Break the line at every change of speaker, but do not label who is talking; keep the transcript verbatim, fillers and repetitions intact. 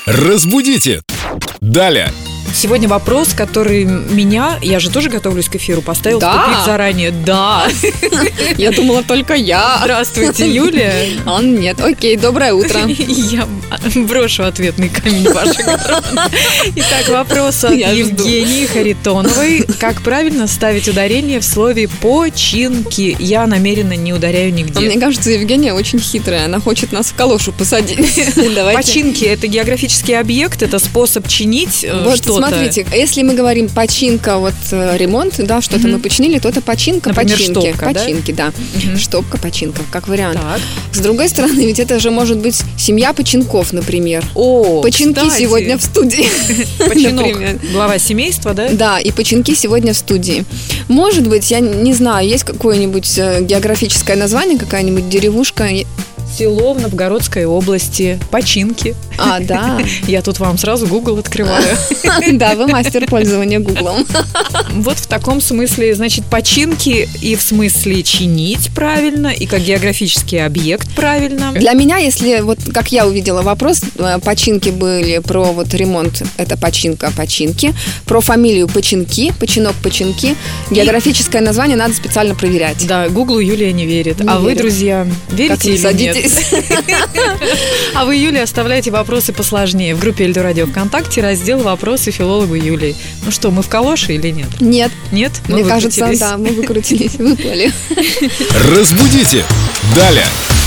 Разбудите! Далее!
Сегодня вопрос, который меня, я же тоже готовлюсь к эфиру, поставил
Да?
в тупик заранее. Да.
Я думала, только я.
Здравствуйте, Юлия.
А нет, окей, доброе утро.
Я брошу ответный камень в ваши города. Итак, вопрос от
Я жду.
Евгении Харитоновой. Как правильно ставить ударение в слове «починки»? Я намеренно не ударяю
А мне
нигде.
кажется, Евгения очень хитрая. Она хочет нас в калошу посадить. Давайте.
Починки – это географический объект, это способ чинить э,
Вот
что-то.
смотрите, если мы говорим починка, вот э, ремонт, да, что-то
Мгм.
мы починили, то это починка,
Например,
починки.
штопка, да?
Починки, да.
Мгм.
Штопка, починка, как вариант.
Так.
С другой стороны, ведь это же может быть семья починков, например.
О,
Починки
кстати.
сегодня в студии.
Починок.
Например.
Глава семейства, да?
Да, и починки сегодня в студии. Может быть, я не знаю, есть какое-нибудь э, географическое название, какая-нибудь деревушка?
Село в Новгородской области. Починки.
А, да.
Я тут вам сразу Google открываю.
Да, вы мастер пользования Гуглом.
Вот в таком смысле, значит, починки и в смысле чинить правильно, и как географический объект правильно.
Для меня, если вот как я увидела вопрос, э, починки были про вот ремонт, это починка, починки, про фамилию починки, починок, починки, географическое название надо специально проверять.
Да, Гуглу Юлия не верит.
Не
а вы,
верю.
друзья,
Как
верите
не
или
садитесь.
нет? А вы, Юлия, оставляйте вопросы посложнее. В группе Эльдо Радио ВКонтакте раздел «Вопросы филологу Юлии». Ну что, мы в калоше или нет?
Нет,
Нет? Мы
мне кажется,
выкрутились.
да, мы выкрутились, выплыли.
Разбудите! Далее!